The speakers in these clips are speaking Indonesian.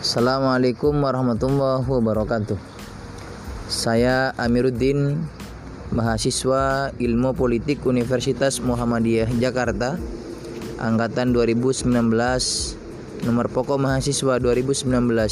Assalamualaikum warahmatullahi wabarakatuh. Saya Amiruddin, mahasiswa Ilmu Politik Universitas Muhammadiyah Jakarta, angkatan 2019, nomor pokok mahasiswa 2019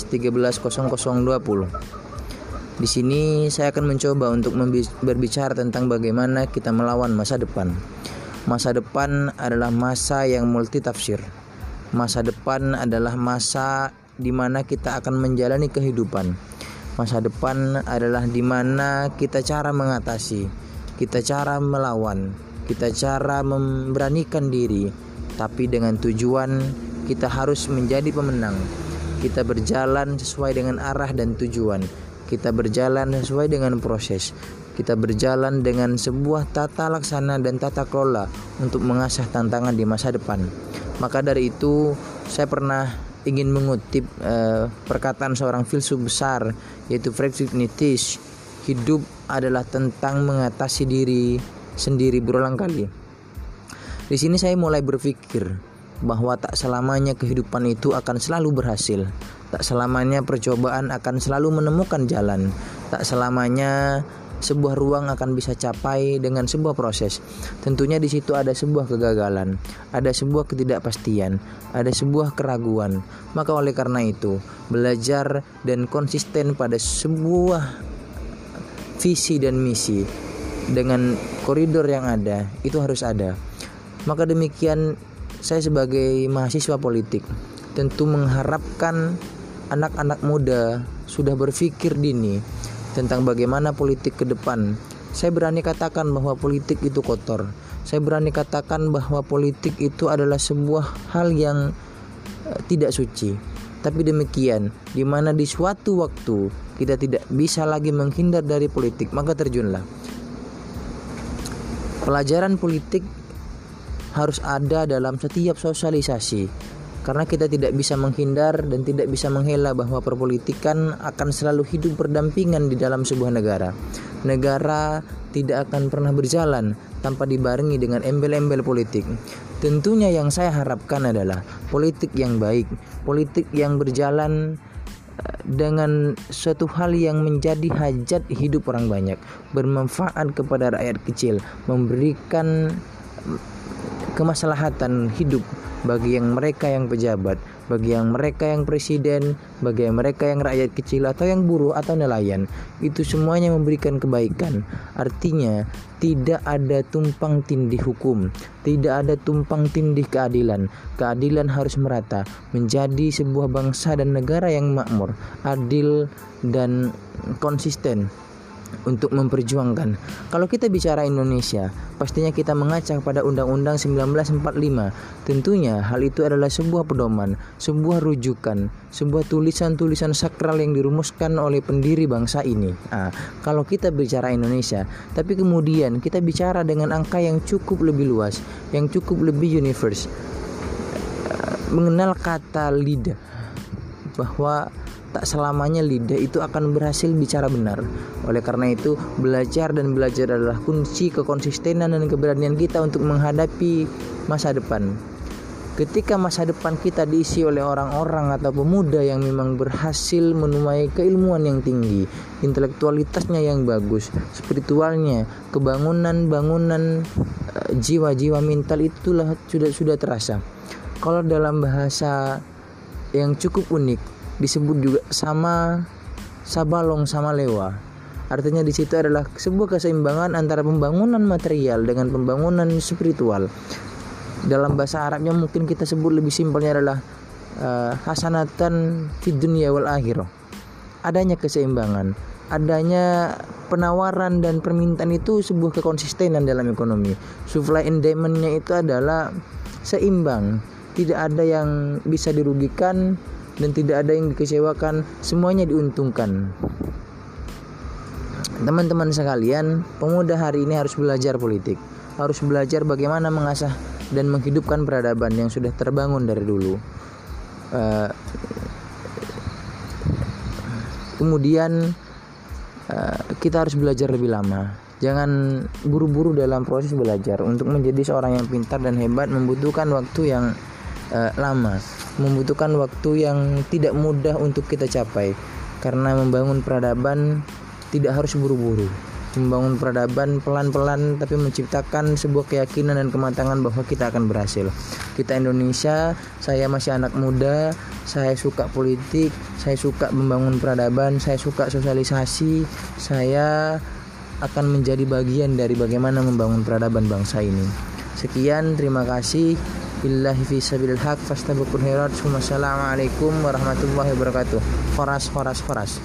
130020. Di sini saya akan mencoba untuk berbicara tentang bagaimana kita melawan masa depan. Masa depan adalah masa yang multitafsir. Masa depan adalah masa di mana kita akan menjalani kehidupan. Masa depan adalah di mana kita cara mengatasi, kita cara melawan, kita cara memberanikan diri, tapi dengan tujuan kita harus menjadi pemenang. Kita berjalan sesuai dengan arah dan tujuan. Kita berjalan sesuai dengan proses. Kita berjalan dengan sebuah tata laksana dan tata kelola untuk mengasah tantangan di masa depan. Maka dari itu, saya pernah ingin mengutip perkataan seorang filsuf besar, yaitu Friedrich Nietzsche. Hidup adalah tentang mengatasi diri sendiri berulang kali. Di sini saya mulai berpikir bahwa tak selamanya kehidupan itu akan selalu berhasil. Tak selamanya percobaan akan selalu menemukan jalan. Tak selamanya sebuah ruang akan bisa capai dengan sebuah proses. Tentunya di situ ada sebuah kegagalan, ada sebuah ketidakpastian, ada sebuah keraguan. Maka oleh karena itu, belajar dan konsisten pada sebuah visi dan misi dengan koridor yang ada, itu harus ada. Maka demikian, saya sebagai mahasiswa politik tentu mengharapkan anak-anak muda sudah berpikir dini tentang bagaimana politik ke depan. Saya berani katakan bahwa politik itu kotor. Saya berani katakan bahwa politik itu adalah sebuah hal yang tidak suci. Tapi demikian, di mana di suatu waktu kita tidak bisa lagi menghindar dari politik, maka terjunlah. Pelajaran politik harus ada dalam setiap sosialisasi. Karena kita tidak bisa menghindar dan tidak bisa menghela bahwa perpolitikan akan selalu hidup berdampingan di dalam sebuah negara. Negara tidak akan pernah berjalan tanpa dibarengi dengan embel-embel politik. Tentunya yang saya harapkan adalah politik yang baik, politik yang berjalan dengan suatu hal yang menjadi hajat hidup orang banyak, bermanfaat kepada rakyat kecil, memberikan kemaslahatan hidup bagi yang mereka yang pejabat, bagi yang mereka yang presiden, bagi yang mereka yang rakyat kecil atau yang buruh atau nelayan. Itu semuanya memberikan kebaikan. Artinya tidak ada tumpang tindih hukum, tidak ada tumpang tindih keadilan. Keadilan harus merata, menjadi sebuah bangsa dan negara yang makmur, adil dan konsisten untuk memperjuangkan. Kalau kita bicara Indonesia, pastinya kita mengaca pada Undang-Undang 1945. Tentunya hal itu adalah sebuah pedoman, sebuah rujukan, sebuah tulisan-tulisan sakral yang dirumuskan oleh pendiri bangsa ini. Kalau kita bicara Indonesia, tapi kemudian kita bicara dengan angka yang cukup lebih luas, yang cukup lebih universe, mengenal kata lidah, bahwa tak selamanya lidah itu akan berhasil bicara benar. Oleh karena itu, belajar adalah kunci kekonsistenan dan keberanian kita untuk menghadapi masa depan. Ketika masa depan kita diisi oleh orang-orang atau pemuda yang memang berhasil menuai keilmuan yang tinggi, intelektualitasnya yang bagus, spiritualnya, kebangunan jiwa-jiwa mental itulah sudah terasa. Kalau dalam bahasa yang cukup unik disebut juga sama sabalong sama lewa. Artinya di situ adalah sebuah keseimbangan antara pembangunan material dengan pembangunan spiritual. Dalam bahasa Arabnya mungkin kita sebut lebih simpelnya adalah hasanatan fid dunya wal akhirah. Adanya keseimbangan, adanya penawaran dan permintaan itu sebuah kekonsistenan dalam ekonomi. Supply and demand-nya itu adalah seimbang. Tidak ada yang bisa dirugikan dan tidak ada yang dikecewakan, semuanya diuntungkan. Teman-teman sekalian, pemuda hari ini harus belajar politik, harus belajar bagaimana mengasah dan menghidupkan peradaban yang sudah terbangun dari dulu. Kemudian kita harus belajar lebih lama. Jangan buru-buru dalam proses belajar. Untuk menjadi seorang yang pintar dan hebat membutuhkan waktu yang lama. membutuhkan waktu yang tidak mudah untuk kita capai, karena membangun peradaban tidak harus buru-buru. Membangun peradaban pelan-pelan tapi menciptakan sebuah keyakinan dan kematangan bahwa kita akan berhasil. Kita Indonesia, saya masih anak muda, saya suka politik, saya suka membangun peradaban, saya suka sosialisasi, saya akan menjadi bagian dari bagaimana membangun peradaban bangsa ini. Sekian, terima kasih. Billahi fi sabilil haq fastabiqul khairat. Wassalamualaikum warahmatullahi wabarakatuh. Horas.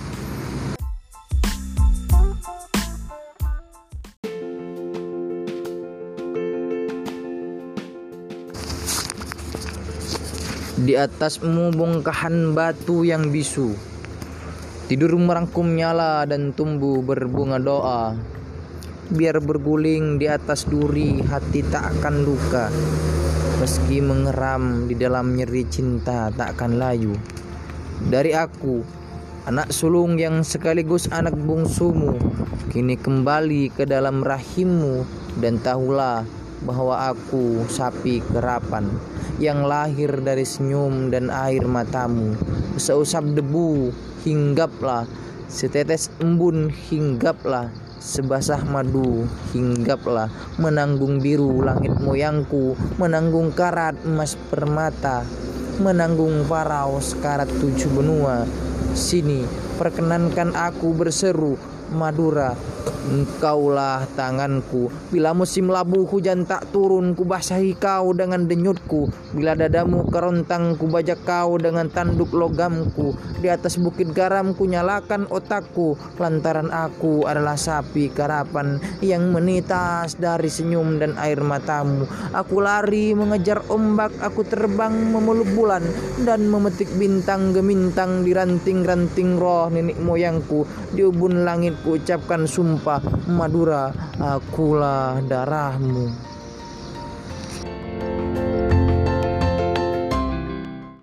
Di atasmu bongkahan batu yang bisu, tidur merangkum nyala dan tumbuh berbunga doa. Biar berguling di atas duri, hati tak akan luka. Meski mengeram di dalam nyeri cinta tak akan layu. Dari aku, anak sulung yang sekaligus anak bungsumu, kini kembali ke dalam rahimmu. Dan tahulah bahwa aku sapi kerapan yang lahir dari senyum dan air matamu. Seusap debu hinggaplah, setetes embun hinggaplah, sebasah madu hinggaplah, menanggung biru langit moyangku, menanggung karat emas permata, menanggung farau sekarat 7 benua. Sini perkenankan aku berseru, Madura, engkaulah tanganku. Bila musim labu hujan tak turun, ku basahi kau dengan denyutku. Bila dadamu kerontang, ku bajak kau dengan tanduk logamku. Di atas bukit garam ku nyalakan otakku, lantaran aku adalah sapi karapan yang menitas dari senyum dan air matamu. Aku lari mengejar ombak, aku terbang memeluk bulan dan memetik bintang gemintang di ranting-ranting roh nenek moyangku. Di ubun langit ku ucapkan sumpah, Madura, akulah darahmu.